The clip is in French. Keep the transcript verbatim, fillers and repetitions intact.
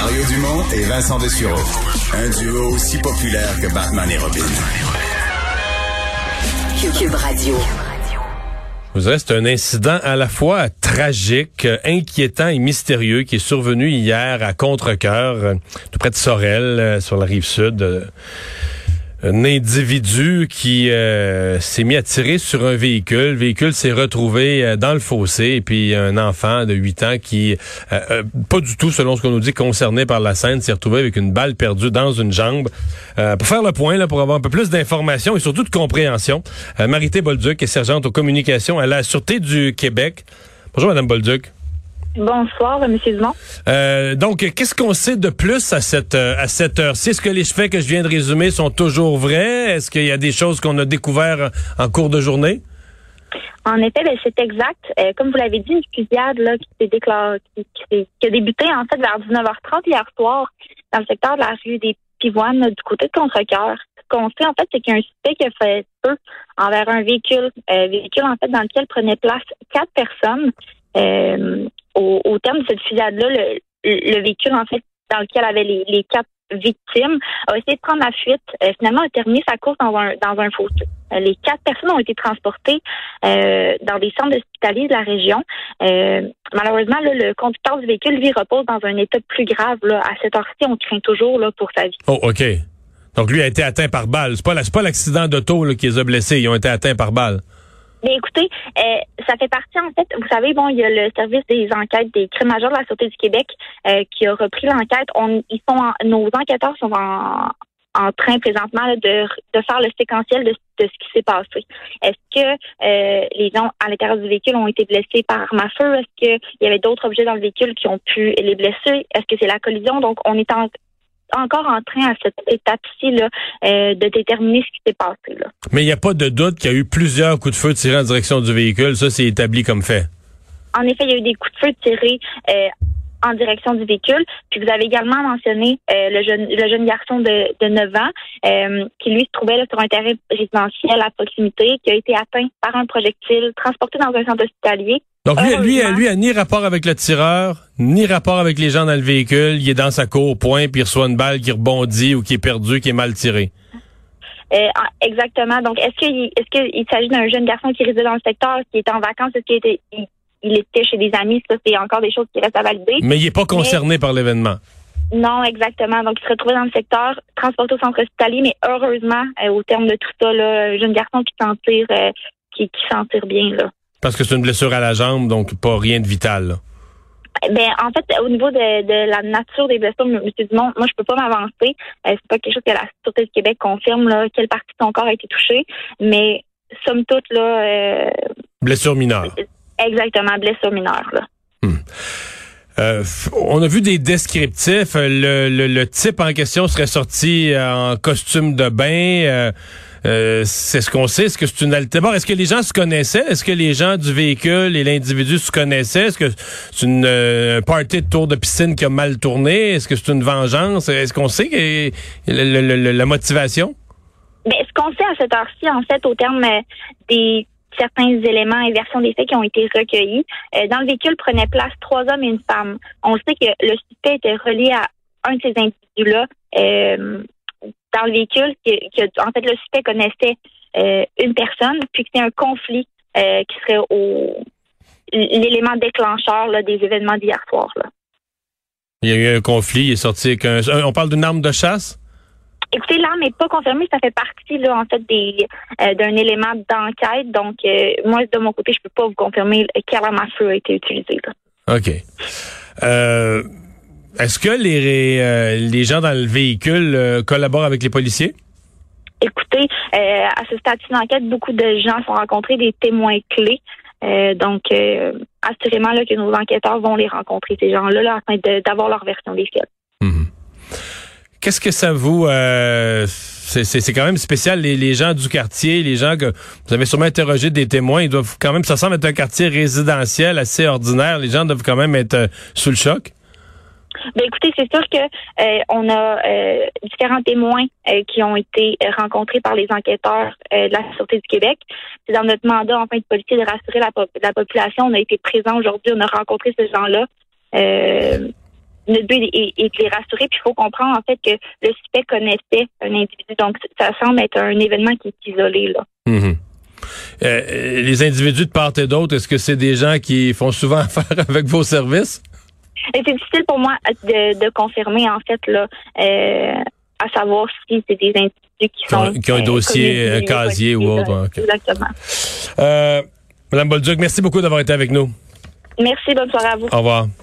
Mario Dumont et Vincent Dessureau. Un duo aussi populaire que Batman et Robin. Cube Radio. Je vous dirais, c'est un incident à la fois tragique, inquiétant et mystérieux qui est survenu hier à Contrecœur, tout près de Sorel, sur la rive sud. Un individu qui euh, s'est mis à tirer sur un véhicule. Le véhicule s'est retrouvé euh, dans le fossé. Et puis un enfant de huit ans qui, euh, euh, pas du tout, selon ce qu'on nous dit, concerné par la scène, s'est retrouvé avec une balle perdue dans une jambe. Euh, pour faire le point, là, pour avoir un peu plus d'informations et surtout de compréhension, euh, Marité Bolduc est sergente aux communications à la Sûreté du Québec. Bonjour, Madame Bolduc. Bonsoir, M. Dumont. Euh, donc, qu'est-ce qu'on sait de plus à cette à cette heure-ci? Est-ce que les faits que je viens de résumer sont toujours vrais? Est-ce qu'il y a des choses qu'on a découvertes en cours de journée? En effet, ben, c'est exact. Euh, comme vous l'avez dit, une fusillade là, qui s'est déclarée, qui, qui, qui a débuté en fait vers dix-neuf heures trente hier soir dans le secteur de la rue des Pivoines, là, du côté de Contrecœur. Ce qu'on sait en fait, c'est qu'il y a un suspect qui a fait feu envers un véhicule, euh, véhicule en fait dans lequel prenaient place quatre personnes. Euh, Au, au terme de cette fusillade-là, le, le véhicule, en fait, dans lequel avait les, les quatre victimes, a essayé de prendre la fuite. Euh, finalement, a terminé sa course dans un, dans un fossé. Euh, les quatre personnes ont été transportées euh, dans des centres hospitaliers de la région. Euh, malheureusement, là, le conducteur du véhicule, lui, repose dans un état plus grave. Là. À cette heure-ci, on craint toujours là, pour sa vie. Oh, OK. Donc, lui a été atteint par balle. C'est pas, la, c'est pas l'accident d'auto là, qui les a blessés. Ils ont été atteints par balle. Mais écoutez, euh, ça fait partie, en fait, vous savez, bon, il y a le service des enquêtes des crimes majeurs de la Sûreté du Québec euh, qui a repris l'enquête. On, ils sont en, nos enquêteurs sont en, en train présentement là, de, de faire le séquentiel de, de ce qui s'est passé. Est-ce que euh, les gens à l'intérieur du véhicule ont été blessés par arme à feu? Est-ce qu'il y avait d'autres objets dans le véhicule qui ont pu les blesser? Est-ce que c'est la collision? Donc, on est en encore en train à cette étape-ci là, euh, de déterminer ce qui s'est passé. Là. Mais il n'y a pas de doute qu'il y a eu plusieurs coups de feu tirés en direction du véhicule. Ça, c'est établi comme fait. En effet, il y a eu des coups de feu tirés euh, en direction du véhicule. Puis vous avez également mentionné euh, le jeune le jeune garçon de, de neuf ans euh, qui, lui, se trouvait là, sur un terrain résidentiel à proximité, qui a été atteint par un projectile, transporté dans un centre hospitalier. Donc lui, lui, lui a ni rapport avec le tireur, ni rapport avec les gens dans le véhicule. Il est dans sa cour, point, puis il reçoit une balle qui rebondit ou qui est perdue, qui est mal tirée. Euh, exactement. Donc, est-ce qu'il est-ce qu'il s'agit d'un jeune garçon qui résidait dans le secteur, qui était en vacances, est-ce qu'il était, il, il était chez des amis? Ça, c'est encore des choses qui restent à valider. Mais il n'est pas concerné mais, par l'événement. Non, exactement. Donc, il se retrouvait dans le secteur, transporté au centre hospitalier, mais heureusement, euh, au terme de tout ça, là, un jeune garçon qui s'en tire, euh, qui, qui s'en tire bien, là. Parce que c'est une blessure à la jambe, donc pas rien de vital, là. Ben, en fait, au niveau de, de la nature des blessures, M. Dumont, moi, je peux pas m'avancer. Euh, c'est pas quelque chose que la Sûreté du Québec confirme, là, quelle partie de son corps a été touchée. Mais, somme toute, là... Euh, blessure mineure. Exactement, blessure mineure, là. Hmm. Euh, on a vu des descriptifs. Le, le, le type en question serait sorti en costume de bain. Euh, euh, c'est ce qu'on sait. Est-ce que c'est une altébar? Est-ce que les gens se connaissaient? Est-ce que les gens du véhicule et l'individu se connaissaient? Est-ce que c'est une euh, party de tour de piscine qui a mal tourné? Est-ce que c'est une vengeance? Est-ce qu'on sait que, le, le, le, la motivation? Mais ce qu'on sait à cette heure-ci, en fait, au terme des certains éléments et versions des faits qui ont été recueillis. Euh, dans le véhicule prenaient place trois hommes et une femme. On sait que le suspect était relié à un de ces individus-là euh, dans le véhicule, que, que en fait le suspect connaissait euh, une personne, puis que c'est un conflit euh, qui serait au l'élément déclencheur là, des événements d'hier soir. Là. Il y a eu un conflit, il est sorti avec un... On parle d'une arme de chasse? Écoutez, l'arme n'est pas confirmée, ça fait partie là en fait des euh, d'un élément d'enquête. Donc euh, moi de mon côté, je peux pas vous confirmer quelle arme à feu a été utilisée. Là. OK. Euh, est-ce que les euh, les gens dans le véhicule euh, collaborent avec les policiers? Écoutez, euh, à ce stade d'enquête, beaucoup de gens sont rencontrés, des témoins clés. Euh, donc, euh, assurément là, que nos enquêteurs vont les rencontrer, ces gens-là, là, afin de, d'avoir leur version des faits. Mmh. Qu'est-ce que ça vous... Euh, c'est, c'est, c'est quand même spécial, les, les gens du quartier, les gens que vous avez sûrement interrogé des témoins, ils doivent quand même, ça semble être un quartier résidentiel assez ordinaire, les gens doivent quand même être euh, sous le choc. Ben écoutez, c'est sûr que euh, on a euh, différents témoins euh, qui ont été rencontrés par les enquêteurs euh, de la Sûreté du Québec. C'est dans notre mandat en fin de policier de rassurer la, la population. On a été présents aujourd'hui, on a rencontré ces gens-là. Euh, notre but est, est de les rassurer. Puis il faut comprendre en fait que le suspect connaissait un individu. Donc ça semble être un événement qui est isolé là. Mm-hmm. Euh, les individus de part et d'autre, est-ce que c'est des gens qui font souvent affaire avec vos services? Et c'est difficile pour moi de, de confirmer en fait là, euh, à savoir si c'est des individus qui sont qui ont un dossier, un casier ou autre. Okay. Exactement. Euh, Madame Bolduc, merci beaucoup d'avoir été avec nous. Merci, bonne soirée à vous. Au revoir.